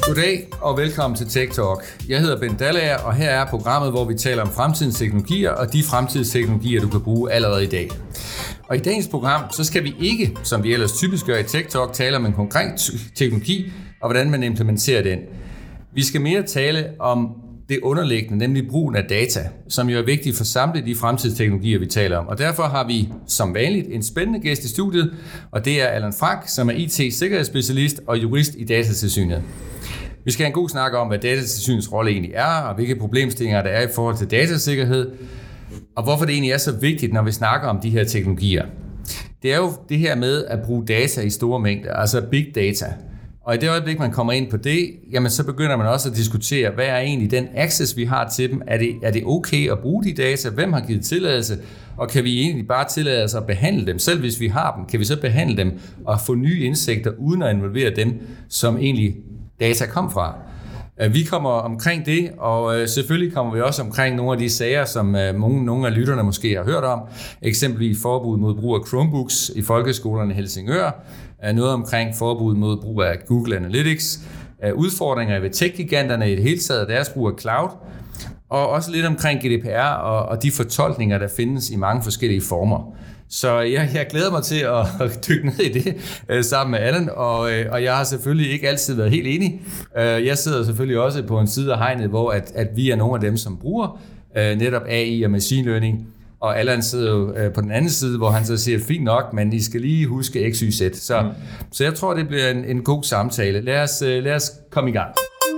Goddag og velkommen til Tech Talk. Jeg hedder Ben Dallager, og her er programmet, hvor vi taler om fremtidens teknologier og de fremtidsteknologier, du kan bruge allerede i dag. Og i dagens program, så skal vi ikke, som vi ellers typisk gør i Tech Talk, tale om en konkret teknologi og hvordan man implementerer den. Vi skal mere tale om det underliggende, nemlig brugen af data, som jo er vigtigt for samtlige de fremtidsteknologier, vi taler om. Og derfor har vi som vanligt en spændende gæst i studiet, og det er Allan Frank, som er IT-sikkerhedsspecialist og jurist i Datatilsynet. Vi skal have en god snak om, hvad Datatilsynets rolle egentlig er, og hvilke problemstillinger der er i forhold til datasikkerhed, og hvorfor det egentlig er så vigtigt, når vi snakker om de her teknologier. Det er jo det her med at bruge data i store mængder, altså big data. Og i det øjeblik, man kommer ind på det, jamen så begynder man også at diskutere, hvad er egentlig den access, vi har til dem? Er det okay at bruge de data? Hvem har givet tilladelse? Og kan vi egentlig bare tillade os at behandle dem? Selv hvis vi har dem, kan vi så behandle dem og få nye indsigter, uden at involvere dem, som egentlig data kom fra? Vi kommer omkring det, og selvfølgelig kommer vi også omkring nogle af de sager, som nogle af lytterne måske har hørt om. Eksempelvis forbud mod brug af Chromebooks i folkeskolerne i Helsingør. Noget omkring forbud mod brug af Google Analytics. Udfordringer ved tech-giganterne i det hele taget, deres brug af cloud. Og også lidt omkring GDPR og de fortolkninger, der findes i mange forskellige former. Så jeg glæder mig til at dykke ned i det sammen med Allan, og jeg har selvfølgelig ikke altid været helt enig. Jeg sidder selvfølgelig også på en side af hegnet, hvor at vi er nogle af dem, som bruger netop AI og machine learning, og Allan sidder jo på den anden side, hvor han så siger, fint nok, men I skal lige huske X, Y, Z. Så jeg tror, det bliver en god samtale. Lad os komme i gang.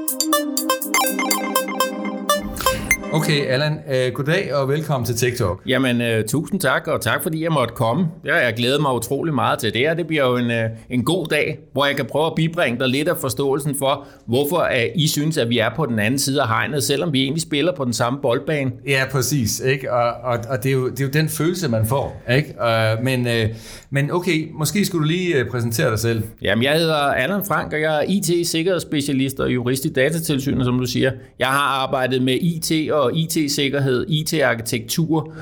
Okay, Allan, goddag og velkommen til Tech Talk. Jamen, tusind tak, og tak fordi jeg måtte komme. Jeg glæder mig utrolig meget til det, og det bliver jo en god dag, hvor jeg kan prøve at bibringe dig lidt af forståelsen for, hvorfor I synes, at vi er på den anden side af hegnet, selvom vi egentlig spiller på den samme boldbane. Ja, præcis, ikke? Og det er jo den følelse, man får, ikke? Men okay, måske skulle du lige præsentere dig selv. Jamen, jeg hedder Allan Frank, og jeg er IT-sikkerhedsspecialist og jurist i Datatilsynet, som du siger. Jeg har arbejdet med IT og IT-sikkerhed, IT-arkitektur,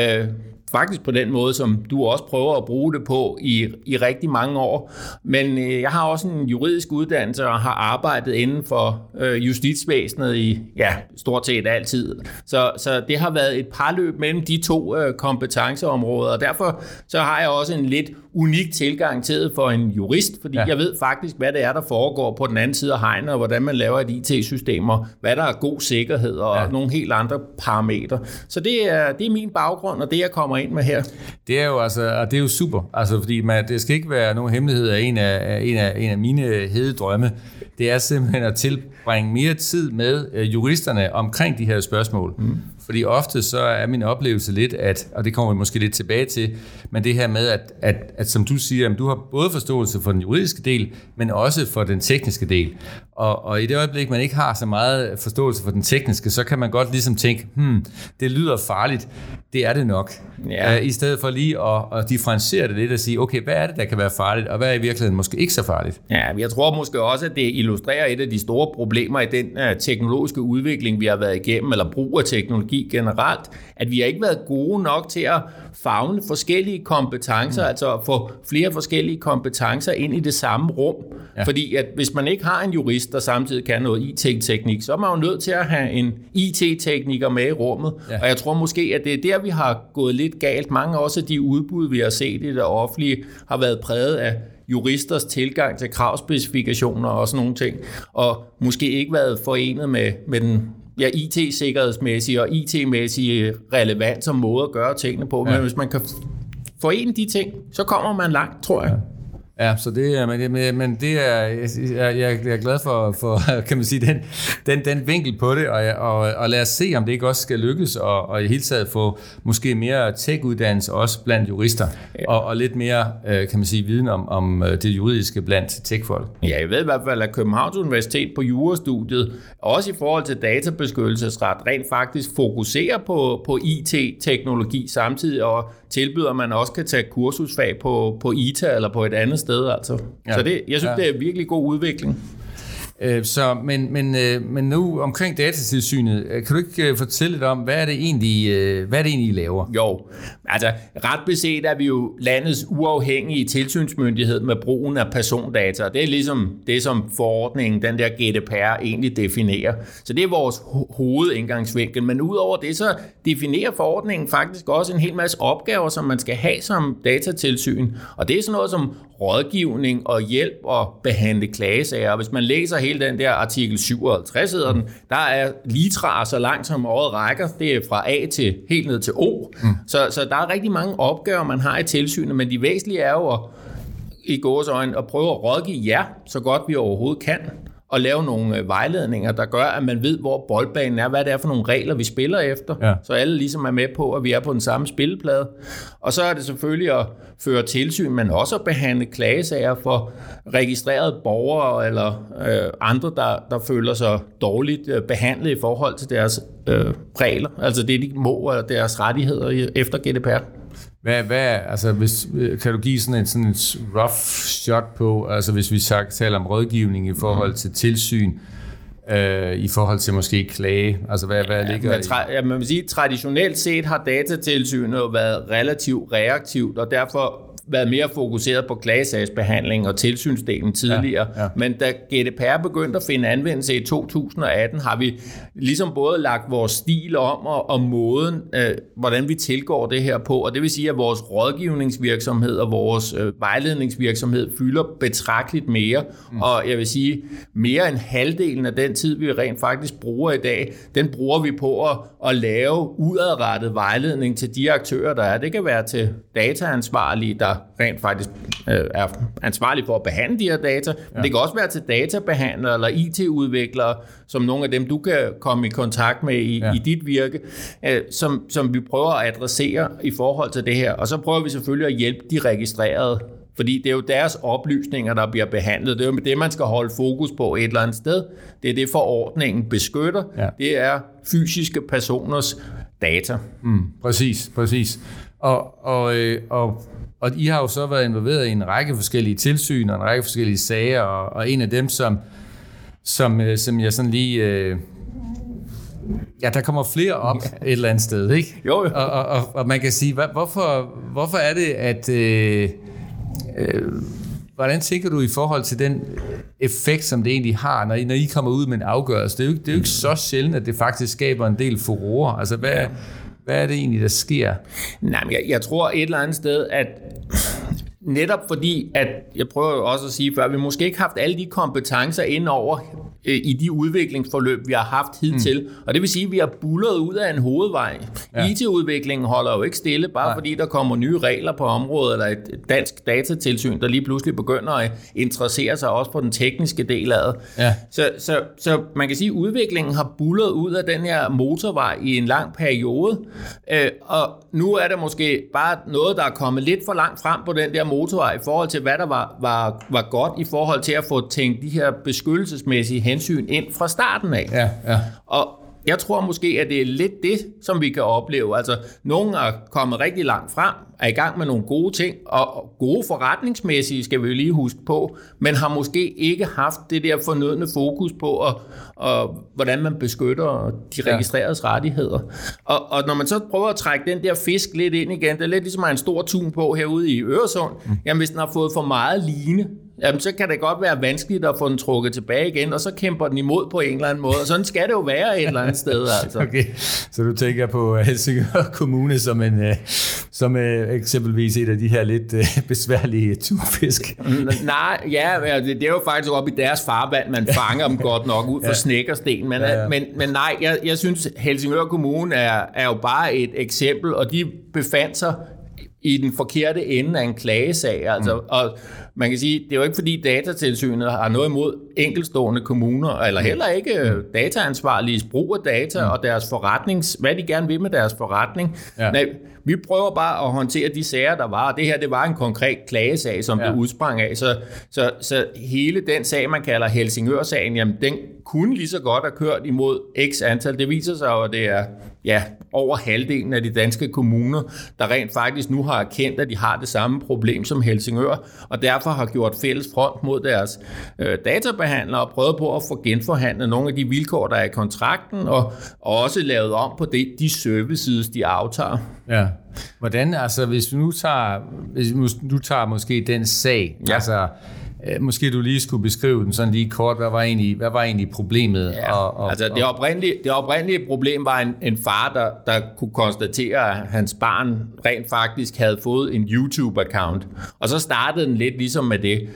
faktisk på den måde, som du også prøver at bruge det på i rigtig mange år. Men jeg har også en juridisk uddannelse og har arbejdet inden for justitsvæsenet i stort set altid. Så det har været et parløb mellem de to kompetenceområder, og derfor så har jeg også en lidt unik tilgang til det for en jurist, fordi jeg ved faktisk, hvad det er, der foregår på den anden side af hegnet, og hvordan man laver et IT-system, og hvad der er god sikkerhed og nogle helt andre parametre. Så det er min baggrund, og det jeg kommer ind med her. Det er jo og det er jo super, fordi det skal ikke være nogen hemmelighed af en af mine hede drømme. Det er simpelthen at tilbringe mere tid med juristerne omkring de her spørgsmål. Fordi ofte så er min oplevelse lidt, og det kommer vi måske lidt tilbage til, men det her med, at som du siger, at du har både forståelse for den juridiske del, men også for den tekniske del. Og i det øjeblik, man ikke har så meget forståelse for den tekniske, så kan man godt ligesom tænke, det lyder farligt, det er det nok. Ja. I stedet for lige at differentiere det lidt og sige, okay, hvad er det, der kan være farligt, og hvad er i virkeligheden måske ikke så farligt? Ja, jeg tror måske også, at det illustrerer et af de store problemer i den teknologiske udvikling, vi har været igennem, eller brug af teknologi generelt, at vi har ikke været gode nok til at favne forskellige kompetencer, altså at få flere forskellige kompetencer ind i det samme rum. Ja. Fordi at hvis man ikke har en jurist, der samtidig kan noget IT-teknik, så er man jo nødt til at have en IT-tekniker med i rummet. Ja. Og jeg tror måske, at det er der, vi har gået lidt galt. Mange også af de udbud, vi har set i det offentlige, har været præget af juristers tilgang til kravspecifikationer og sådan nogle ting, og måske ikke været forenet med den IT-sikkerhedsmæssige og IT-mæssige relevans og måde at gøre tingene på. Men hvis man kan forene de ting, så kommer man langt, tror jeg. Ja, så det er, men det er, jeg er glad for kan man sige, den vinkel på det, og lad os se, om det ikke også skal lykkes, og i hele taget få måske mere tech-uddannelse også blandt jurister, og lidt mere, kan man sige, viden om det juridiske blandt tech-folk. Ja, jeg ved i hvert fald, at Københavns Universitet på jurastudiet, også i forhold til databeskyttelsesret, rent faktisk fokuserer på IT-teknologi samtidig, og tilbyder, at man også kan tage kursusfag på ITA eller på et andet sted. Altså. Ja. Så jeg synes, det er virkelig god udvikling. Men nu omkring Datatilsynet, kan du ikke fortælle lidt om, hvad er det egentlig, I laver? Jo, altså ret beset er vi jo landets uafhængige tilsynsmyndighed med brugen af persondata. Det er ligesom det, som forordningen, den der GDPR, egentlig definerer. Så det er vores hovedindgangsvinkel. Men udover det, så definerer forordningen faktisk også en hel masse opgaver, som man skal have som datatilsyn. Og det er sådan noget som rådgivning og hjælp og behandle klagesager. Hvis man læser hele den der artikel 57, hedder den, der er litra så langt som året rækker. Det er fra A til helt ned til O. Så der er rigtig mange opgaver, man har i tilsynet, men de væsentlige er jo i gåseøjne at prøve at rådgive jer så godt vi overhovedet kan, og lave nogle vejledninger, der gør, at man ved, hvor boldbanen er, hvad det er for nogle regler, vi spiller efter, så alle ligesom er med på, at vi er på den samme spilleplade. Og så er det selvfølgelig at føre tilsyn, men også at behandle klagesager for registrerede borgere eller andre, der føler sig dårligt behandlet i forhold til deres regler, altså det, de må, eller deres rettigheder efter GDPR. Kan du give sådan en rough shot på, altså hvis vi taler om rådgivning i forhold til tilsyn, i forhold til måske klage, altså hvad ligger man vil sige, traditionelt set har Datatilsynet været relativt reaktivt, og derfor været mere fokuseret på klagesagsbehandling og tilsynsdelen tidligere. Ja. Men da GDPR begyndte at finde anvendelse i 2018, har vi ligesom både lagt vores stil om og måden, hvordan vi tilgår det her på. Og det vil sige, at vores rådgivningsvirksomhed og vores vejledningsvirksomhed fylder betragteligt mere. Og jeg vil sige, mere end halvdelen af den tid, vi rent faktisk bruger i dag, den bruger vi på at lave udadrettet vejledning til de aktører, der er. Det kan være til dataansvarlige, der rent faktisk er ansvarlige for at behandle de her data, men det kan også være til databehandlere eller IT-udviklere, som nogle af dem, du kan komme i kontakt med i dit virke, som vi prøver at adressere i forhold til det her. Og så prøver vi selvfølgelig at hjælpe de registrerede, fordi det er jo deres oplysninger, der bliver behandlet. Det er jo det, man skal holde fokus på et eller andet sted. Det er det, forordningen beskytter. Ja. Det er fysiske personers data. Præcis. Og I har jo så været involveret i en række forskellige tilsyn og en række forskellige sager, og en af dem, som jeg sådan lige... der kommer flere op et eller andet sted, ikke? Jo. Og man kan sige, hvorfor er det, at... hvordan tænker du i forhold til den effekt, som det egentlig har, når I kommer ud med en afgørelse? Det er jo ikke så sjældent, at det faktisk skaber en del furore. Altså, hvad er det egentlig, der sker? Nej, men jeg tror et eller andet sted, at netop fordi, at jeg prøver jo også at sige før, vi måske ikke haft alle de kompetencer ind over i de udviklingsforløb, vi har haft hidtil. Og det vil sige, at vi har buldret ud af en hovedvej. Ja. IT-udviklingen holder jo ikke stille, bare fordi der kommer nye regler på området, eller et dansk datatilsyn, der lige pludselig begynder at interessere sig også på den tekniske del af det. Ja. Så man kan sige, at udviklingen har buldret ud af den her motorvej i en lang periode. Og nu er der måske bare noget, der er kommet lidt for langt frem på den der motorvej, i forhold til, hvad der var godt, i forhold til at få tænkt de her beskyttelsesmæssige hensyn ind fra starten af. Ja. Og jeg tror måske, at det er lidt det, som vi kan opleve. Altså, nogen er kommet rigtig langt frem, er i gang med nogle gode ting, og gode forretningsmæssige skal vi jo lige huske på, men har måske ikke haft det der fornødne fokus på, hvordan man beskytter de registreredes rettigheder. Og når man så prøver at trække den der fisk lidt ind igen, det er lidt ligesom at have en stor tun på herude i Øresund, jamen hvis den har fået for meget line, jamen, så kan det godt være vanskeligt at få den trukket tilbage igen, og så kæmper den imod på en eller anden måde. Og sådan skal det jo være et eller andet sted. Altså. Okay, så du tænker på Helsingør Kommune som eksempelvis et af de her lidt besværlige tunfisk? Nej, det er jo faktisk op i deres farvand, man fanger dem godt nok ud for snækkersten. Men nej, jeg synes, Helsingør Kommune er jo bare et eksempel, og de befandt sig i den forkerte ende af en klagesag. Altså, og man kan sige, det er jo ikke fordi Datatilsynet har noget imod enkeltstående kommuner, eller heller ikke dataansvarlige brug af data og deres hvad de gerne vil med deres forretning. Ja. Nej, vi prøver bare at håndtere de sager, der var, og det her, det var en konkret klagesag, som det udsprang af, så hele den sag, man kalder Helsingør-sagen, jamen, den kunne lige så godt have kørt imod x antal. Det viser sig jo, at det er over halvdelen af de danske kommuner, der rent faktisk nu har erkendt, at de har det samme problem som Helsingør, og derfor har gjort fælles front mod deres databehandlere og prøvet på at få genforhandlet nogle af de vilkår, der er i kontrakten, og også lavet om på de services, de aftager. Ja. Hvordan, altså hvis du nu tager måske den sag, altså måske du lige skulle beskrive den sådan lige kort. Hvad var egentlig problemet? Ja, altså det oprindelige problem var en far, der kunne konstatere, at hans barn rent faktisk havde fået en YouTube-account. Og så startede den lidt ligesom med det.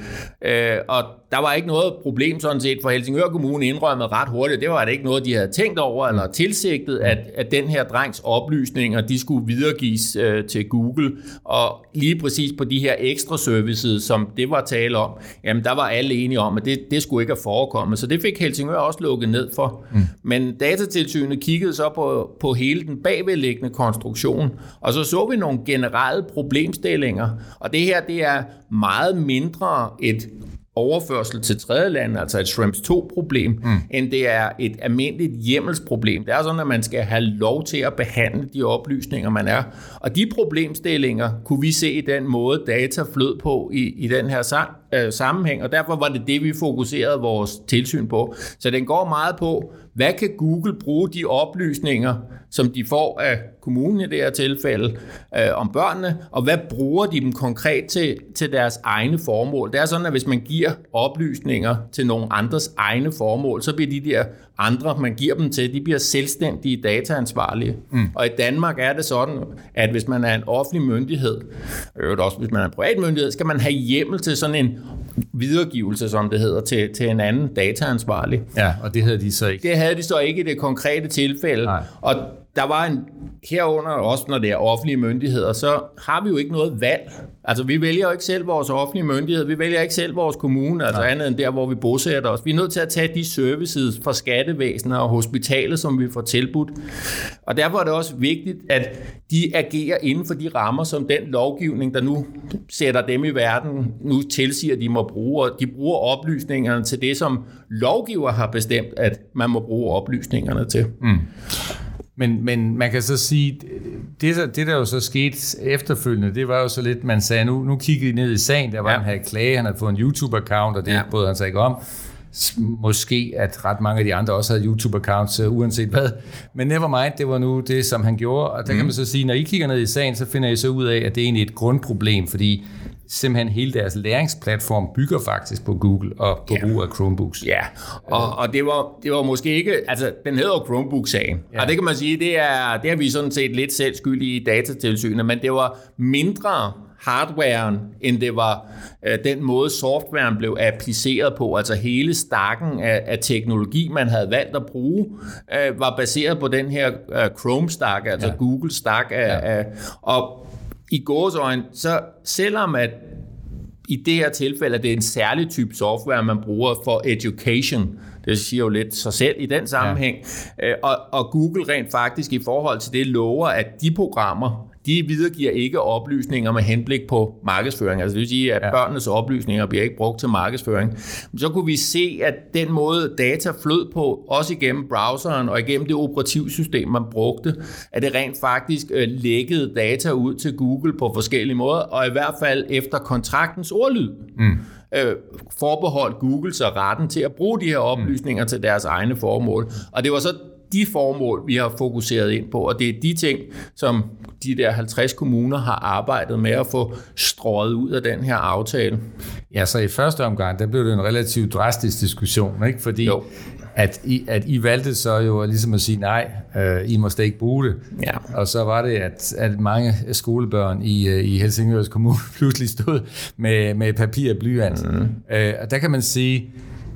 Og der var ikke noget problem sådan set, for Helsingør Kommune indrømmede ret hurtigt. Det var det ikke noget, de havde tænkt over eller tilsigtet, at den her drengs oplysninger, de skulle videregives til Google. Og lige præcis på de her ekstra services, som det var tale om, jamen der var alle enige om, at det skulle ikke have forekommet. Så det fik Helsingør også lukket ned for. Men Datatilsynet kiggede så på hele den bagvedliggende konstruktion, og så vi nogle generelle problemstillinger. Og det her, det er meget mindre et overførsel til tredje land, altså et Schrems II-problem, end det er et almindeligt hjemmelsproblem. Det er sådan, at man skal have lov til at behandle de oplysninger, man er. Og de problemstillinger kunne vi se i den måde, data flød på i den her sammenhæng, og derfor var det, vi fokuserede vores tilsyn på. Så den går meget på, hvad kan Google bruge de oplysninger, som de får af kommunen i det her tilfælde, om børnene, og hvad bruger de dem konkret til deres egne formål? Det er sådan, at hvis man giver oplysninger til nogle andres egne formål, så bliver de der andre, man giver dem til, de bliver selvstændige dataansvarlige. Og i Danmark er det sådan, at hvis man er en offentlig myndighed, også hvis man er en privat myndighed, skal man have hjemmel til sådan en videregivelse, som det hedder, til en anden dataansvarlig. Ja, og det havde de så ikke. Det havde de så ikke i det konkrete tilfælde. Nej. Og der var herunder også, når det er offentlige myndigheder, så har vi jo ikke noget valg. Altså, vi vælger jo ikke selv vores offentlige myndighed, vi vælger ikke selv vores kommune, altså andet end der, hvor vi bosætter os. Vi er nødt til at tage de services fra skattevæsenet og hospitalet, som vi får tilbudt. Og derfor er det også vigtigt, at de agerer inden for de rammer, som den lovgivning, der nu sætter dem i verden, nu tilsiger, at de må bruge. Og de bruger oplysningerne til det, som lovgiver har bestemt, at man må bruge oplysningerne til. Men man kan så sige, det der jo så skete efterfølgende, det var jo så lidt, man sagde, nu kiggede I ned i sagen, der var han havde klage, han havde fået en YouTube-account, og det brød han sig ikke om. Måske, at ret mange af de andre også havde YouTube-accounts, uanset hvad. Men nevermind, det var nu det, som han gjorde. Og der kan man så sige, når I kigger ned i sagen, så finder I så ud af, at det er egentlig et grundproblem, fordi simpelthen hele deres læringsplatform bygger faktisk på Google og på brug af Chromebooks. Ja, og det var måske ikke, altså den hedder Chromebook-sagen, og det kan man sige, det er vi sådan set lidt selv skyldige i Datatilsynet, men det var mindre hardwaren, end det var den måde softwaren blev appliceret på, altså hele stakken af teknologi, man havde valgt at bruge, var baseret på den her Chrome-stak, altså Google-stak og i gåseøjne, så selvom at i det her tilfælde, at det er en særlig type software, man bruger for education, det siger jo lidt sig selv i den sammenhæng, og Google rent faktisk i forhold til det lover, at de programmer, de videregiver ikke oplysninger med henblik på markedsføring. Altså det vil sige, at børnenes oplysninger bliver ikke brugt til markedsføring. Men så kunne vi se, at den måde data flød på, også igennem browseren og igennem det operativsystem, man brugte, at det rent faktisk lækkede data ud til Google på forskellige måder, og i hvert fald efter kontraktens ordlyd. Forbeholdt Google så retten til at bruge de her oplysninger til deres egne formål. Og det var så de formål, vi har fokuseret ind på, og det er de ting, som de der 50 kommuner har arbejdet med at få strøget ud af den her aftale. Ja, så i første omgang, der blev det en relativt drastisk diskussion, ikke? Fordi at I valgte så jo ligesom at sige nej, I må slet ikke bruge det. Ja. Og så var det, at mange skolebørn i Helsingør Kommune pludselig stod med papir og blyant. Og der kan man sige,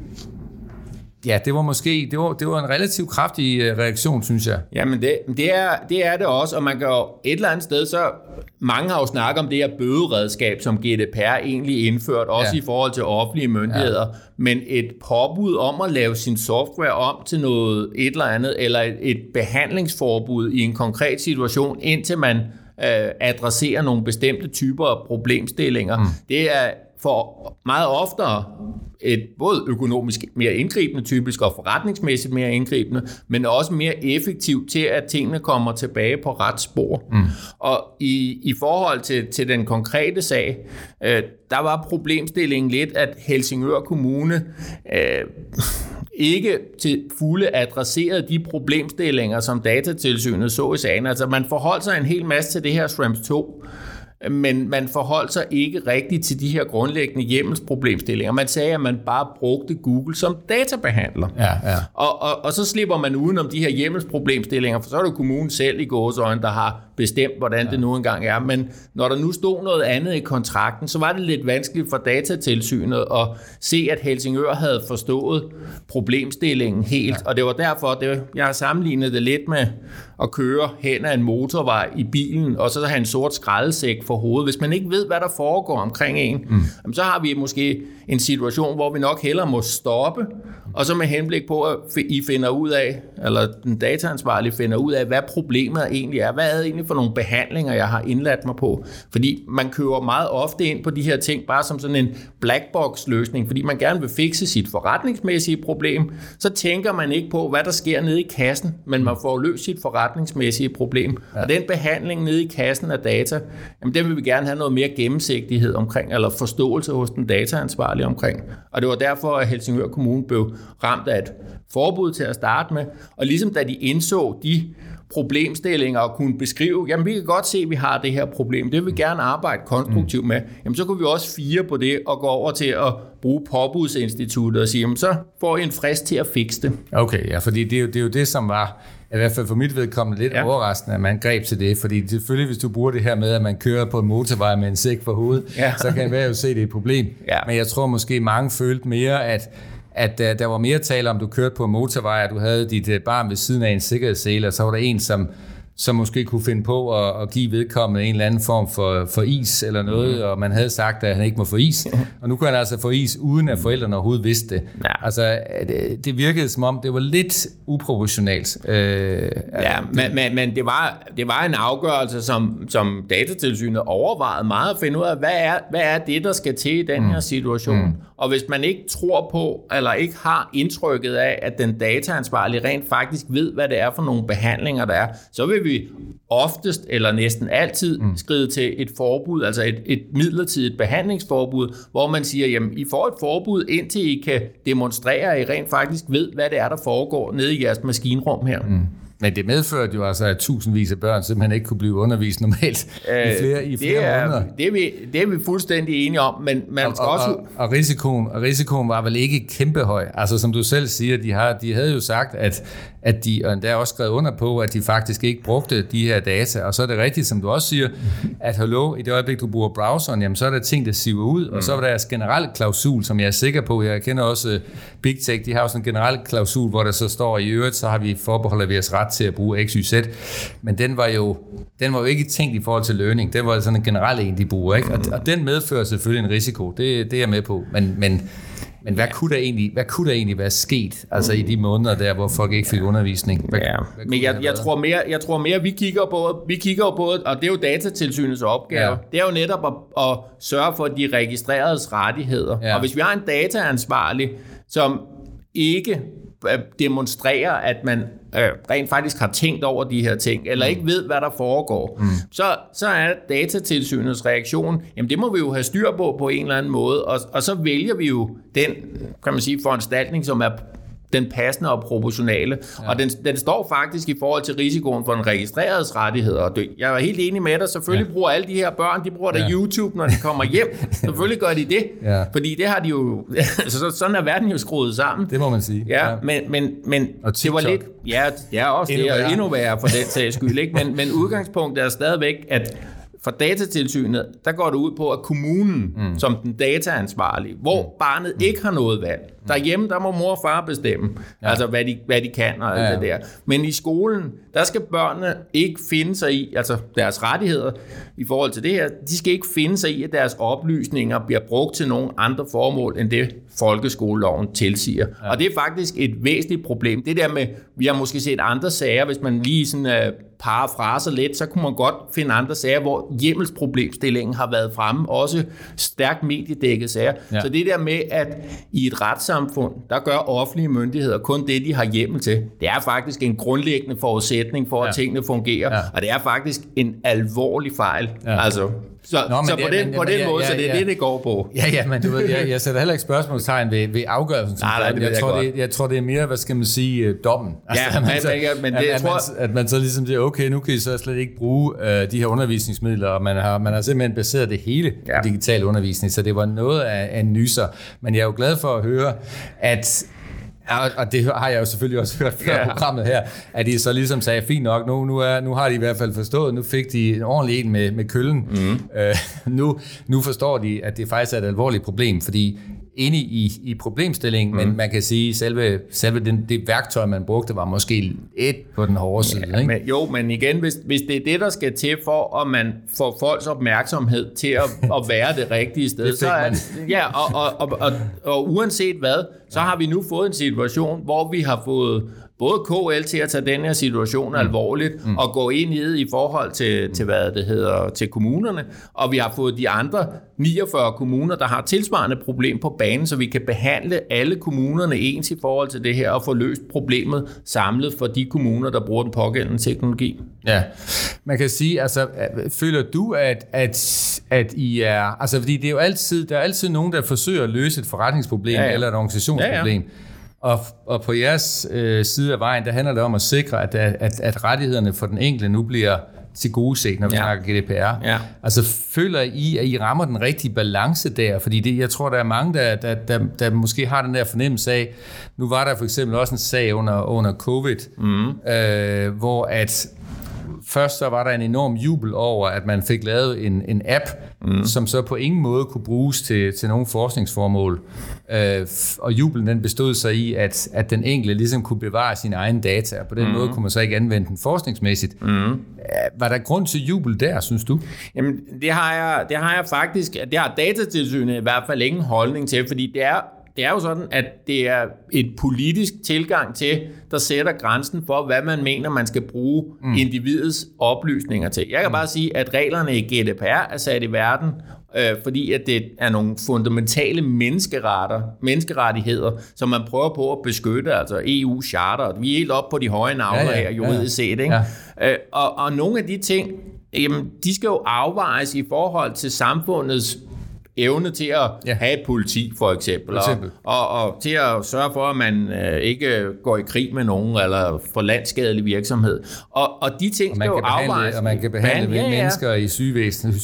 ja, det var en relativt kraftig reaktion, synes jeg. Jamen det er det også, og man kan jo et eller andet sted, så mange har jo snakket om det her bøderedskab, som GDPR egentlig indført, også i forhold til offentlige myndigheder, men et påbud om at lave sin software om til noget et eller andet, eller et behandlingsforbud i en konkret situation, indtil man adressere nogle bestemte typer af problemstillinger. Det er for meget oftere et både økonomisk mere indgribende typisk og forretningsmæssigt mere indgribende, men også mere effektivt til, at tingene kommer tilbage på ret spor. Og i forhold til den konkrete sag, der var problemstillingen lidt, at Helsingør Kommune ikke til fulde adresserede de problemstillinger, som Datatilsynet så i sagen. Altså man forholdt sig en hel masse til det her Schrems 2, men man forholdt sig ikke rigtigt til de her grundlæggende hjemmelsproblemstillinger. Man sagde, at man bare brugte Google som databehandler. Ja. Og så slipper man udenom de her hjemmelsproblemstillinger, for så er det kommunen selv i gåseøjne, der har bestemt, hvordan det nu engang er. Men når der nu stod noget andet i kontrakten, så var det lidt vanskeligt for Datatilsynet at se, at Helsingør havde forstået problemstillingen helt. Og det var derfor, jeg har sammenlignet det lidt med at køre hen ad en motorvej i bilen, og så have en sort skraldesæk for hovedet. Hvis man ikke ved, hvad der foregår omkring en, så har vi måske en situation, hvor vi nok hellere må stoppe, og så med henblik på, at I finder ud af, eller den dataansvarlige finder ud af, hvad problemet egentlig er. Hvad er det egentlig for nogle behandlinger, jeg har indladt mig på? Fordi man kører meget ofte ind på de her ting, bare som sådan en blackbox-løsning, fordi man gerne vil fikse sit forretningsmæssige problem, så tænker man ikke på, hvad der sker nede i kassen, men man får løst sit forretningsmæssige problem. Ja. Og den behandling nede i kassen af data, jamen den vil vi gerne have noget mere gennemsigtighed omkring, eller forståelse hos den dataansvarlige omkring. Og det var derfor, at Helsingør Kommune blev ramt af et forbud til at starte med, og ligesom da de indså de problemstillinger og kunne beskrive, jamen vi kan godt se, at vi har det her problem, det vil vi gerne arbejde konstruktivt med, jamen så kunne vi også fire på det og gå over til at bruge påbudsinstituttet og sige, jamen så får I en frist til at fikse det. Okay, ja, fordi det er jo det, som var i hvert fald for mit vedkommende lidt overraskende, at man greb til det, fordi selvfølgelig, hvis du bruger det her med, at man kører på en motorvej med en sæk for hovedet, så kan det jo se, det er et problem. Ja. Men jeg tror måske, mange følte mere, at der var mere tale om, du kørte på en motorvej, og du havde dit barn ved siden af en sikkerhedssele, og så var der en, som måske kunne finde på at give vedkommende en eller anden form for is eller noget, og man havde sagt, at han ikke må få is, og nu kunne han altså få is, uden at forældrene overhovedet vidste det. Ja. Altså, det virkede som om, det var lidt uproportionalt. Men det var en afgørelse, som Datatilsynet overvejede meget at finde ud af, hvad er det, der skal til i den her situation. Og hvis man ikke tror på, eller ikke har indtrykket af, at den dataansvarlige rent faktisk ved, hvad det er for nogle behandlinger, der er, så vil vi oftest eller næsten altid skride til et forbud, altså et midlertidigt behandlingsforbud, hvor man siger, jamen I får et forbud, indtil I kan demonstrere, at I rent faktisk ved, hvad det er, der foregår nede i jeres maskinrum her. Men det medførte jo altså, at tusindvis af børn simpelthen ikke kunne blive undervist normalt i flere måneder. Det er vi fuldstændig enige om, men man skal også... Og risikoen var vel ikke kæmpehøj. Altså som du selv siger, de havde jo sagt, at de, og der er også skrevet under på, at de faktisk ikke brugte de her data. Og så er det rigtigt, som du også siger, at i det øjeblik, du bruger browseren, jamen så er der ting, der siver ud, og så er der deres generelle klausul, som jeg er sikker på. Jeg kender også Big Tech, de har jo sådan en generel klausul, hvor der så står, i øvrigt, så har vi forbeholdt vi os ret til at bruge XYZ, men den var jo ikke tænkt i forhold til learning. Den var sådan en generel en, de bruger, ikke? Og den medfører selvfølgelig en risiko. Det er jeg med på. Men hvad kunne der egentlig være sket, altså i de måneder der, hvor folk ikke fik undervisning? Men jeg tror mere, vi kigger jo både, og det er jo Datatilsynets opgave, det er jo netop at sørge for de registreredes rettigheder. Og hvis vi har en dataansvarlig, som ikke demonstrerer, at man rent faktisk har tænkt over de her ting, eller ikke ved, hvad der foregår, så er Datatilsynets reaktion, jamen det må vi jo have styr på en eller anden måde, og så vælger vi jo den, kan man sige, foranstaltning, som er den passende og proportionale. Ja. Og den står faktisk i forhold til risikoen for en registreredes rettigheder. Jeg er helt enig med dig. Selvfølgelig bruger alle de her børn, de bruger da YouTube, når de kommer hjem. Selvfølgelig gør de det. Ja. Fordi det har de jo... sådan er verden jo skruet sammen. Det må man sige. Ja. Men det var lidt... Ja, også det er endnu værre for den sags skyld. Ikke? Men udgangspunktet er stadigvæk, at for Datatilsynet, der går det ud på, at kommunen, som den dataansvarlige, hvor barnet ikke har noget valg, derhjemme, der må mor og far bestemme, altså hvad de kan og alt det der. Men i skolen, der skal børnene ikke finde sig i, altså deres rettigheder i forhold til det her, de skal ikke finde sig i, at deres oplysninger bliver brugt til nogle andre formål, end det folkeskoleloven tilsiger. Og det er faktisk et væsentligt problem. Det der med, vi har måske set andre sager, hvis man lige sådan parafraser lidt, så kunne man godt finde andre sager, hvor hjemmelsproblemstillingen har været fremme, også stærkt mediedækket sager. Ja. Så det der med, at i et retssamfund, der gør offentlige myndigheder kun det, de har hjemmel til, det er faktisk en grundlæggende forudsætning for, at tingene fungerer, og det er faktisk en alvorlig fejl. Altså, så på den måde, så det er det går på. Ja, men du ved, jeg sætter heller ikke spørgsmålstegn ved afgørelsen. Jeg tror, det er mere, hvad skal man sige, dommen. Altså, at man så ligesom siger, okay, nu kan I så slet ikke bruge de her undervisningsmidler, og man har simpelthen baseret det hele på digital undervisning, så det var noget af en nyser. Men jeg er jo glad for at høre, at og det har jeg jo selvfølgelig også hørt før programmet her, at de så ligesom sagde, fint nok, nu har de i hvert fald forstået, nu fik de en ordentlig en med køllen. Nu forstår de, at det faktisk er et alvorligt problem, fordi inde i problemstillingen, men man kan sige, selve det værktøj, man brugte, var måske et på den hårde side. Ikke? Men igen, hvis det er det, der skal til for, at man får folks opmærksomhed til at være det rigtige sted, så og uanset hvad, så har vi nu fået en situation, hvor vi har fået både KL til at tage den her situation alvorligt og gå ind i forhold til hvad det hedder, til kommunerne, og vi har fået de andre 49 kommuner, der har tilsvarende problem på banen, så vi kan behandle alle kommunerne ens i forhold til det her og få løst problemet samlet for de kommuner, der bruger den pågældende teknologi. Ja, man kan sige, altså, føler du, at I er, altså, fordi det er jo altid, der er altid nogen, der forsøger at løse et forretningsproblem eller et organisationsproblem. Og på jeres side af vejen, der handler det om at sikre, at rettighederne for den enkelte nu bliver tilgodeset, når vi snakker GDPR. Ja. Altså føler I, at I rammer den rigtige balance der? Fordi jeg tror, der er mange, der måske har den der fornemmelse af, nu var der for eksempel også en sag under COVID, hvor at først så var der en enorm jubel over, at man fik lavet en app, som så på ingen måde kunne bruges til nogle forskningsformål. Og jubelen den bestod sig i, at den enkelte ligesom kunne bevare sine egne data, og på den måde kunne man så ikke anvende den forskningsmæssigt. Var der grund til jubel der, synes du? Jamen, det har jeg faktisk, det har Datatilsynet i hvert fald ingen holdning til, fordi det er jo sådan, at det er et politisk tilgang til, der sætter grænsen for, hvad man mener, man skal bruge individets oplysninger til. Jeg kan bare sige, at reglerne i GDPR er sat i verden, fordi at det er nogle fundamentale menneskerettigheder, som man prøver på at beskytte, altså EU-charter. Vi er helt oppe på de høje navler her, juridisk set. Ikke? Ja. Og nogle af de ting, jamen, de skal jo afvejes i forhold til samfundets evne til at have et politi, for eksempel. Og til at sørge for, at man ikke går i krig med nogen, eller får landskadelig virksomhed. Og de ting skal jo afvejes. Og man kan behandle mennesker i sygehusvæsenet.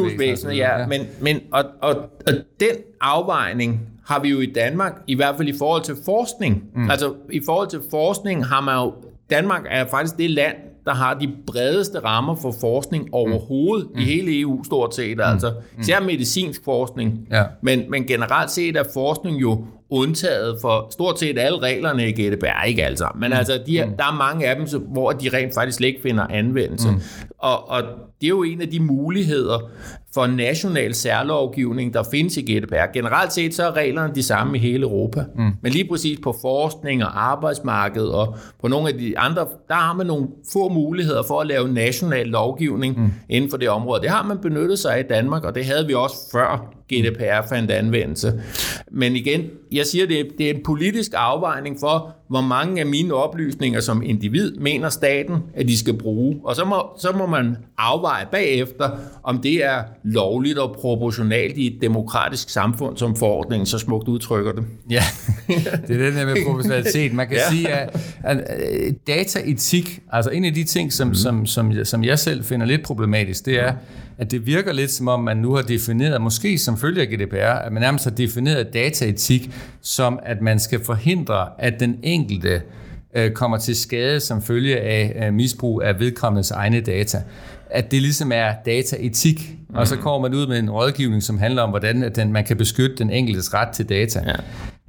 Men den afvejning har vi jo i Danmark, i hvert fald i forhold til forskning. Altså, i forhold til forskning har man jo... Danmark er faktisk det land, der har de bredeste rammer for forskning overhovedet i hele EU stort set. Altså, især medicinsk forskning. Ja. Men generelt set er forskning jo undtaget for stort set alle reglerne i GDPR, ikke alle sammen. Men altså, der er mange af dem, hvor de rent faktisk slet ikke finder anvendelse. Og det er jo en af de muligheder for national særlovgivning, der findes i GDPR. Generelt set så er reglerne de samme i hele Europa. Men lige præcis på forskning og arbejdsmarked og på nogle af de andre, der har man nogle få muligheder for at lave national lovgivning inden for det område. Det har man benyttet sig af i Danmark, og det havde vi også før GDPR fandt anvendelse. Men igen, jeg siger, det er en politisk afvejning for, hvor mange af mine oplysninger som individ mener staten, at de skal bruge. Og så må man afveje bagefter, om det er lovligt og proportionalt i et demokratisk samfund, som forordningen så smukt udtrykker det. Ja, det er den her med proportionalitet. Man kan sige, at dataetik, altså en af de ting, som jeg selv finder lidt problematisk, det er, at det virker lidt som om, man nu har defineret, måske som følge af GDPR, at man nærmest har defineret dataetik som, at man skal forhindre, at den enkelte kommer til skade som følge af misbrug af vedkommendes egne data. At det ligesom er dataetik, og så kommer man ud med en rådgivning, som handler om, hvordan man kan beskytte den enkeltes ret til data. Ja.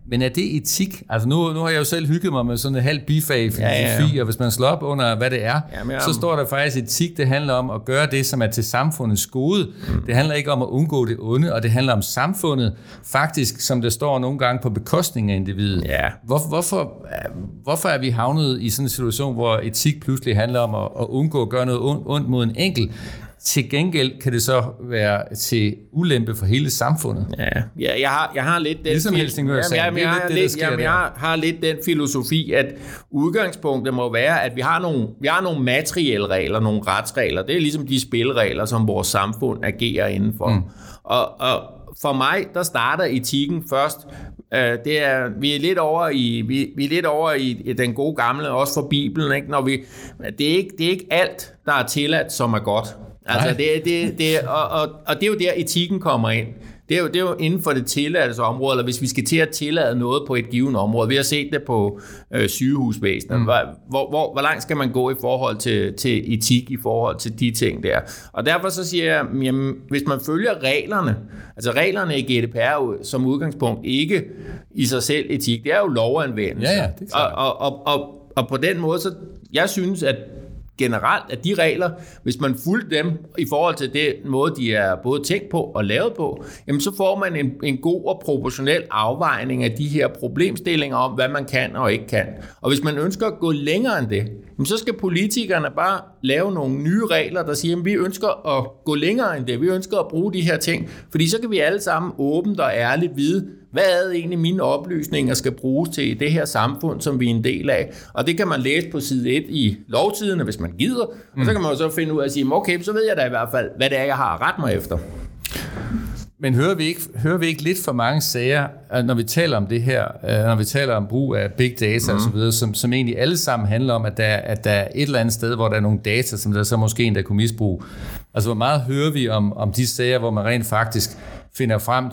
Men er det etik? Altså nu har jeg jo selv hygget mig med sådan et halvt bifag i filosofi, og hvis man slår op under, hvad det er, så står der faktisk etik, det handler om at gøre det, som er til samfundets gode. Det handler ikke om at undgå det onde, og det handler om samfundet, faktisk, som det står nogle gange, på bekostning af individet. Ja. Hvorfor er vi havnet i sådan en situation, hvor etik pludselig handler om at undgå at gøre noget ondt mod en enkelt? Til gengæld kan det så være til ulempe for hele samfundet. Ja, jeg har lidt den ligesom Helsingør-sagen. Jeg har lidt den filosofi, at udgangspunktet må være, at vi har nogle materielle regler, nogle retsregler. Det er ligesom de spilleregler, som vores samfund agerer indenfor. Og for mig, der starter etikken først. Vi er lidt over i den gode gamle, også for Bibelen. Ikke? Det er ikke alt, der er tilladt, som er godt. Altså, og det er jo der, etikken kommer ind. Det er jo inden for det tilladte område, eller hvis vi skal til at tillade noget på et givet område. Vi har set det på sygehusvæsenet. Hvor langt skal man gå i forhold til etik, i forhold til de ting der? Og derfor så siger jeg, jamen, hvis man følger reglerne, altså reglerne i GDPR jo som udgangspunkt ikke i sig selv etik, det er jo lovanvendelse. Ja, det er klart. Og på den måde, så jeg synes, at generelt, at de regler, hvis man fulgte dem i forhold til den måde, de er både tænkt på og lavet på, jamen så får man en god og proportionel afvejning af de her problemstillinger om, hvad man kan og ikke kan. Og hvis man ønsker at gå længere end det, jamen så skal politikerne bare lave nogle nye regler, der siger, at vi ønsker at gå længere end det. Vi ønsker at bruge de her ting, fordi så kan vi alle sammen åbent og ærligt vide, hvad er det egentlig mine oplysninger skal bruges til i det her samfund, som vi er en del af? Og det kan man læse på side 1 i Lovtidende, hvis man gider. Og så kan man jo så finde ud af at sige, okay, så ved jeg da i hvert fald, hvad det er, jeg har at rette mig efter. Men hører vi ikke lidt for mange sager, når vi taler om det her, når vi taler om brug af big data og så videre, som egentlig alle sammen handler om, at der er et eller andet sted, hvor der er nogle data, som der så måske endda kunne misbruge. Altså hvor meget hører vi om de sager, hvor man rent faktisk finder frem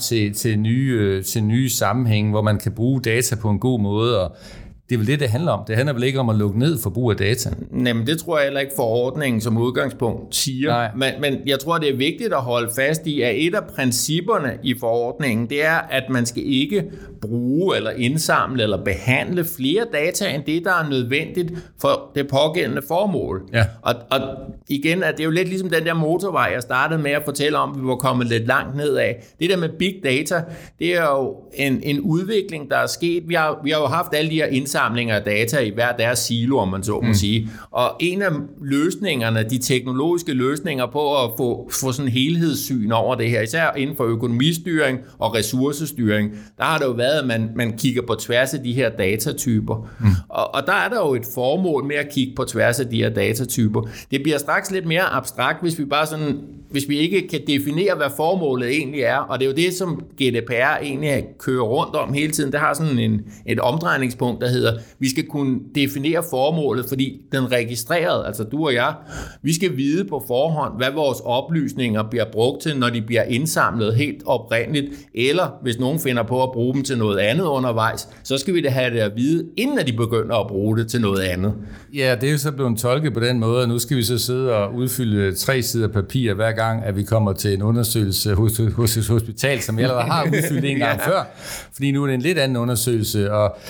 til nye sammenhænge, hvor man kan bruge data på en god måde, og det er vel det handler om. Det handler vel ikke om at lukke ned for brug af data? Jamen, det tror jeg heller ikke forordningen som udgangspunkt siger. Men jeg tror, det er vigtigt at holde fast i, at et af principperne i forordningen, det er, at man skal ikke bruge eller indsamle eller behandle flere data, end det, der er nødvendigt for det pågældende formål. Ja. Og igen, at det er jo lidt ligesom den der motorvej, jeg startede med at fortælle om, vi var kommet lidt langt nedad. Det der med big data, det er jo en udvikling, der er sket. Vi har jo haft alle de her indsamlinger af data i hver deres silo, om man så må sige. Og en af løsningerne, de teknologiske løsninger på at få sådan en helhedssyn over det her, især inden for økonomistyring og ressourcestyring, der har det jo været, at man kigger på tværs af de her datatyper. Og der er der jo et formål med at kigge på tværs af de her datatyper. Det bliver straks lidt mere abstrakt, hvis vi ikke kan definere, hvad formålet egentlig er. Og det er jo det, som GDPR egentlig kører rundt om hele tiden. Det har sådan et omdrejningspunkt, der hedder, vi skal kunne definere formålet, fordi den registrerede, altså du og jeg, vi skal vide på forhånd, hvad vores oplysninger bliver brugt til, når de bliver indsamlet helt oprindeligt, eller hvis nogen finder på at bruge dem til noget andet undervejs, så skal vi da have det at vide, inden at de begynder at bruge det til noget andet. Ja, det er jo så blevet tolket på den måde, at nu skal vi så sidde og udfylde 3 sider papir hver gang, at vi kommer til en undersøgelse hos et hospital, som vi allerede har udfyldt en gang før, fordi nu er det en lidt anden undersøgelse,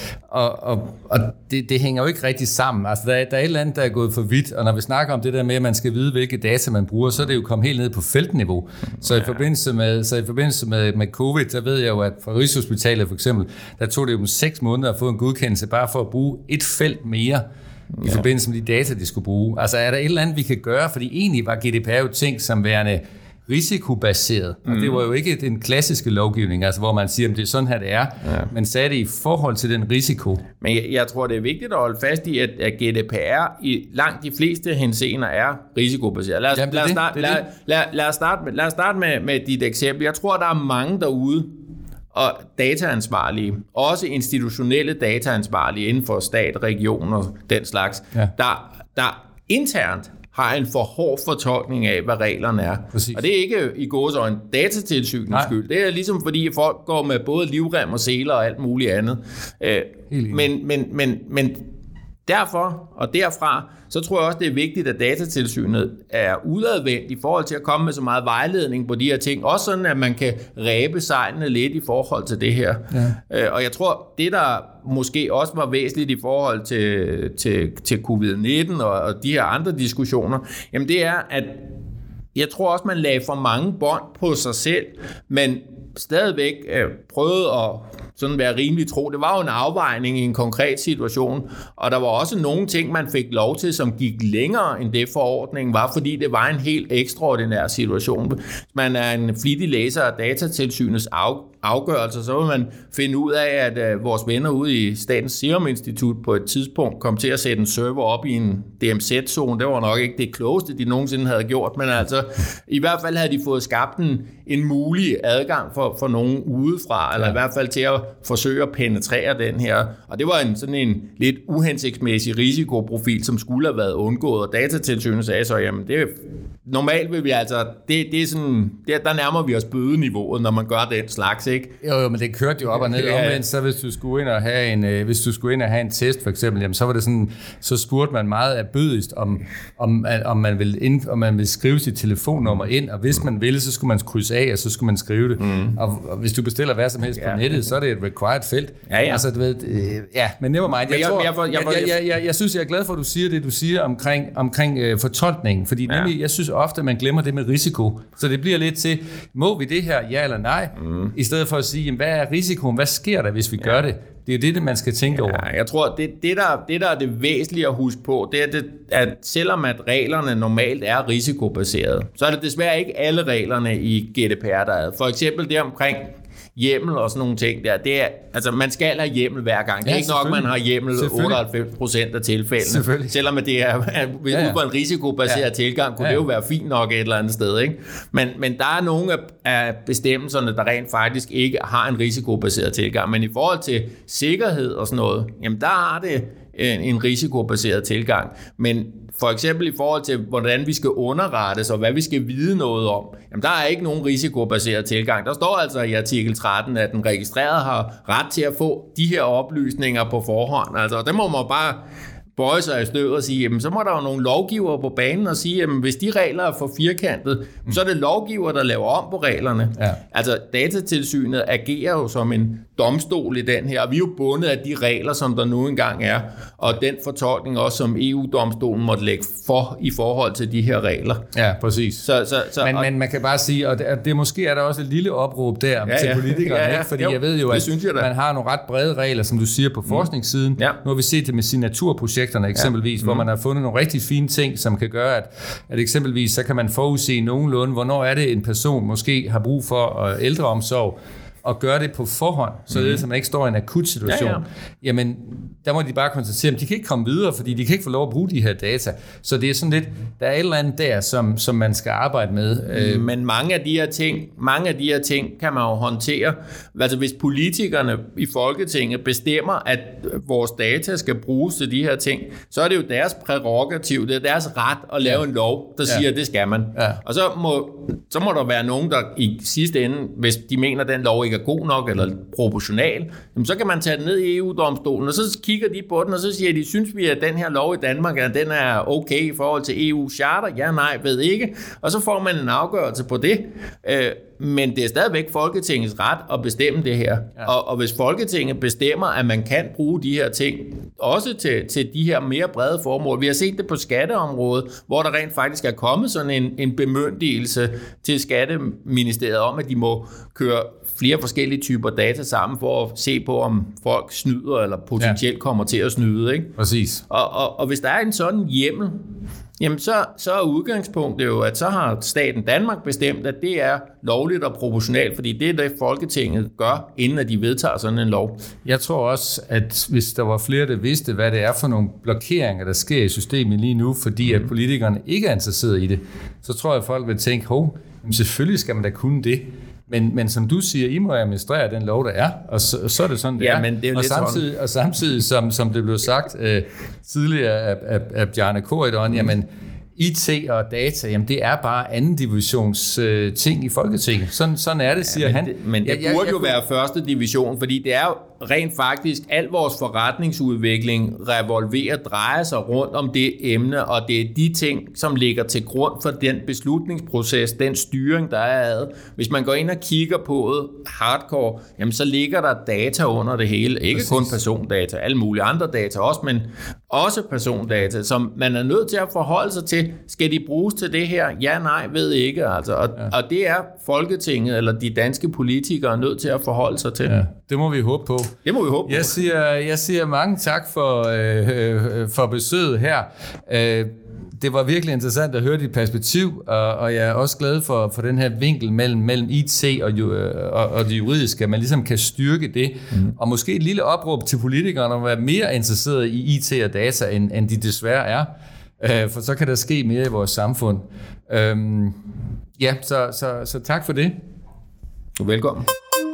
og det hænger jo ikke rigtig sammen. Altså, der er et eller andet, der er gået for vidt, og når vi snakker om det der med, at man skal vide, hvilke data man bruger, så er det jo kommet helt ned på feltniveau. Så i forbindelse med covid, der ved jeg jo, at fra Rigshospitalet for eksempel, der tog det jo 6 måneder at få en godkendelse, bare for at bruge et felt mere i forbindelse med de data, de skulle bruge. Altså er der et eller andet, vi kan gøre, fordi egentlig var GDPR jo tænkt som værende risikobaseret. Og det var jo ikke den klassiske lovgivning, altså hvor man siger, at det er sådan her, det er. Ja. Man sagde det i forhold til den risiko. Men jeg tror, det er vigtigt at holde fast i, at GDPR i langt de fleste henseender er risikobaseret. Lad os starte med dit eksempel. Jeg tror, der er mange derude, og dataansvarlige, også institutionelle dataansvarlige inden for stat, region og den slags, der internt har en for hård fortolkning af, hvad reglerne er. Præcis. Og det er ikke i gåseøjne datatilsynets skyld. Det er ligesom fordi folk går med både livrem og seler og alt muligt andet. Men derfor og derfra, så tror jeg også, det er vigtigt, at Datatilsynet er udadvendt i forhold til at komme med så meget vejledning på de her ting. Også sådan, at man kan ræbe sejlene lidt i forhold til det her. Ja. Og jeg tror, det der måske også var væsentligt i forhold til covid-19 og de her andre diskussioner, jamen det er, at jeg tror også, man lagde for mange bånd på sig selv, men stadigvæk prøvede at sådan være rimelig tro. Det var jo en afvejning i en konkret situation, og der var også nogle ting, man fik lov til, som gik længere end det forordningen var, fordi det var en helt ekstraordinær situation. Hvis man er en flittig læser af Datatilsynets afgørelser, så vil man finde ud af, at vores venner ude i Statens Serum Institut på et tidspunkt kom til at sætte en server op i en DMZ-zone. Det var nok ikke det klogeste, de nogensinde havde gjort, men altså i hvert fald havde de fået skabt en mulig adgang for nogen udefra, eller i hvert fald til at forsøge at penetrere den her. Og det var sådan en lidt uhensigtsmæssig risikoprofil, som skulle have været undgået, og Datatilsynet sagde så, jamen det normalt vil vi altså, det er sådan, der nærmer vi os bødeniveauet, når man gør den slags, ikke? Jo, men det kørte jo op og ned. Omvendt, så hvis du skulle ind og have en test, for eksempel, jamen, så var det sådan, så spurgte man meget erbødigst, om man vil skrive sit telefonnummer ind, og hvis man ville, så skulle man krydse af, og så skulle man skrive det. Og hvis du bestiller hvad som helst på nettet, så er det et required felt. Ja. Altså, du ved, men never mind. Jeg synes, jeg er glad for, at du siger det, du siger omkring fortolkningen, fordi nemlig, jeg synes ofte, man glemmer det med risiko. Så det bliver lidt til, må vi det her, ja eller nej? I stedet for at sige, jamen, hvad er risikoen? Hvad sker der, hvis vi gør det? Det er det, man skal tænke over. Jeg tror, det der er det væsentlige at huske på, det er, at selvom at reglerne normalt er risikobaserede, så er det desværre ikke alle reglerne i GDPR, der er. For eksempel det omkring hjemmel og sådan nogle ting der. Det er, altså man skal have hjemmel hver gang. Det er ikke nok, man har hjemmel 98% af tilfældene. Selvom det er ud fra en risikobaseret tilgang, kunne det jo være fint nok et eller andet sted. Ikke? Men der er nogle af bestemmelserne, der rent faktisk ikke har en risikobaseret tilgang. Men i forhold til sikkerhed og sådan noget, jamen der har det en risikobaseret tilgang. Men for eksempel i forhold til, hvordan vi skal underrettes og hvad vi skal vide noget om, jamen der er ikke nogen risikobaseret tilgang. Der står altså i artikel 13, at den registrerede har ret til at få de her oplysninger på forhånd. Altså, det må man bare bøje sig i støvet og sige, jamen, så må der jo nogle lovgivere på banen og sige, jamen, hvis de regler er for firkantet, så er det lovgiver, der laver om på reglerne. Ja. Altså, Datatilsynet agerer jo som en domstol i den her, og vi er jo bundet af de regler, som der nu engang er, og den fortolkning også, som EU-domstolen måtte lægge for i forhold til de her regler. Ja, præcis. Men man kan bare sige, og det måske er der også et lille opråb der til politikerne, ikke? Fordi jeg ved jo, at man har nogle ret brede regler, som du siger, på forskningssiden. Ja. Nu har vi set det med signaturprojekterne eksempelvis, hvor man har fundet nogle rigtig fine ting, som kan gøre, at eksempelvis så kan man forudse nogenlunde, hvornår er det en person måske har brug for ældreomsorg, og gøre det på forhånd, således at man ikke står i en akut situation, jamen, der må de bare konstatere, at de kan ikke komme videre, fordi de kan ikke få lov at bruge de her data. Så det er sådan lidt, der er et eller andet der, som man skal arbejde med. Men mange af de her ting kan man jo håndtere. Altså hvis politikerne i Folketinget bestemmer, at vores data skal bruges til de her ting, så er det jo deres prærogativ, det er deres ret at lave en lov, der siger, at det skal man. Ja. Og så må der være nogen, der i sidste ende, hvis de mener, at den lov ikke er god nok eller proportional, så kan man tage den ned i EU-domstolen, og så kigger de på den, og så siger de, synes vi, at den her lov i Danmark, at den er okay i forhold til EU-charter? Ja, nej, ved ikke. Og så får man en afgørelse på det. Men det er stadigvæk Folketingets ret at bestemme det her. Ja. Og hvis Folketinget bestemmer, at man kan bruge de her ting, også til de her mere brede formål. Vi har set det på skatteområdet, hvor der rent faktisk er kommet sådan en bemyndigelse til Skatteministeriet om, at de må køre flere forskellige typer data sammen for at se på, om folk snyder eller potentielt kommer til at snyde. Ikke? Præcis. Og hvis der er en sådan hjemmel, jamen så er udgangspunktet jo, at så har staten Danmark bestemt, at det er lovligt og proportionalt, fordi det er det, Folketinget gør, inden at de vedtager sådan en lov. Jeg tror også, at hvis der var flere, der vidste, hvad det er for nogle blokeringer, der sker i systemet lige nu, fordi at politikerne ikke er interesseret i det, så tror jeg, at folk vil tænke, selvfølgelig skal man da kunne det. Men som du siger, I må administrere den lov, der er, og så er det sådan, det er. Men det er jo og samtidig som det blev sagt tidligere af Bjarne Corydon, jamen IT og data, jamen det er bare anden divisions ting i Folketinget. Sådan er det, siger han. Men det burde jo være første division, fordi det er jo rent faktisk, al vores forretningsudvikling drejer sig rundt om det emne, og det er de ting, som ligger til grund for den beslutningsproces, den styring, der er ad. Hvis man går ind og kigger på det hardcore, jamen så ligger der data under det hele. Ikke kun persondata, alle mulige andre data også, men også persondata, som man er nødt til at forholde sig til. Skal de bruges til det her? Ja, nej, ved ikke. Altså. Og det er Folketinget eller de danske politikere nødt til at forholde sig til. Ja, det må vi håbe på. Det må vi håbe på. Jeg siger mange tak for besøget her. Det var virkelig interessant at høre dit perspektiv, og jeg er også glad for den her vinkel mellem IT og det juridiske, at man ligesom kan styrke det. Og måske et lille opråb til politikerne om at være mere interesseret i IT og data, end de desværre er. For så kan der ske mere i vores samfund. Så tak for det. Velkommen.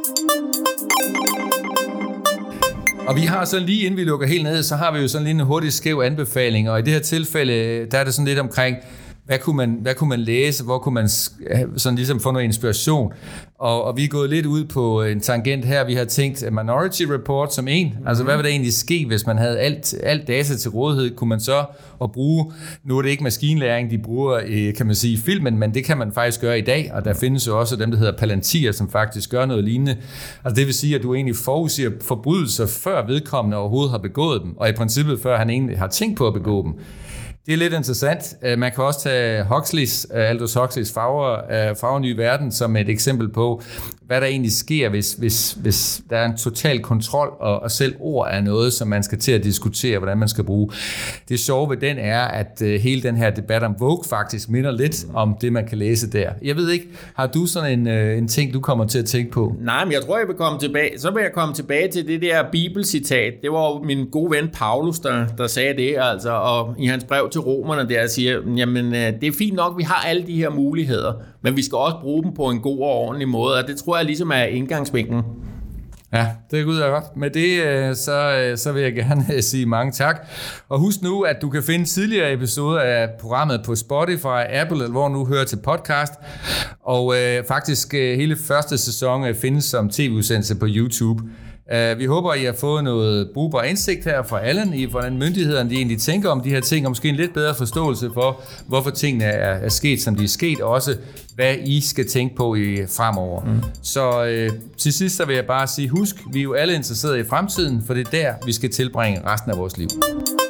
Og vi har så lige, inden vi lukker helt ned, så har vi jo sådan lige en hurtig skæv anbefaling, og i det her tilfælde, der er det sådan lidt omkring, hvad kunne man læse, hvor kunne man sådan ligesom få noget inspiration, og vi er gået lidt ud på en tangent her, vi har tænkt Minority Report som en, altså hvad vil der egentlig ske, hvis man havde alt data til rådighed, kunne man så at bruge, nu er det ikke maskinlæring, de bruger, kan man sige, filmen, men det kan man faktisk gøre i dag, og der findes jo også dem, der hedder Palantir, som faktisk gør noget lignende, altså det vil sige, at du egentlig forudsiger forbrydelser, før vedkommende overhovedet har begået dem, og i princippet før han egentlig har tænkt på at begå dem. Det er lidt interessant. Man kan også tage Aldous Huxleys Fagre Nye Verden som et eksempel på, hvad der egentlig sker, hvis der er en total kontrol, og selv ord er noget, som man skal til at diskutere, hvordan man skal bruge. Det sjove ved den er, at hele den her debat om Vogue faktisk minder lidt om det, man kan læse der. Jeg ved ikke, har du sådan en ting, du kommer til at tænke på? Nej, men jeg tror, jeg vil komme tilbage. Så vil jeg komme tilbage til det der bibelcitat. Det var jo min gode ven Paulus, der sagde det, altså, og i hans brev til romerne der siger, jamen det er fint nok, vi har alle de her muligheder, men vi skal også bruge dem på en god og ordentlig måde, og det tror jeg ligesom er indgangsvinklen. Ja, det er godt. Med det, så vil jeg gerne sige mange tak. Og husk nu, at du kan finde tidligere episoder af programmet på Spotify, Apple, eller hvor nu hører til podcast. Og faktisk hele første sæson findes som tv-udsendelse på YouTube. Vi håber, I har fået noget brugbar indsigt her fra Allan i, hvordan myndighederne de egentlig tænker om de her ting, og måske en lidt bedre forståelse for, hvorfor tingene er sket, som de er sket, og også hvad I skal tænke på i fremover. Så til sidst så vil jeg bare sige, husk, vi er jo alle interesserede i fremtiden, for det er der, vi skal tilbringe resten af vores liv.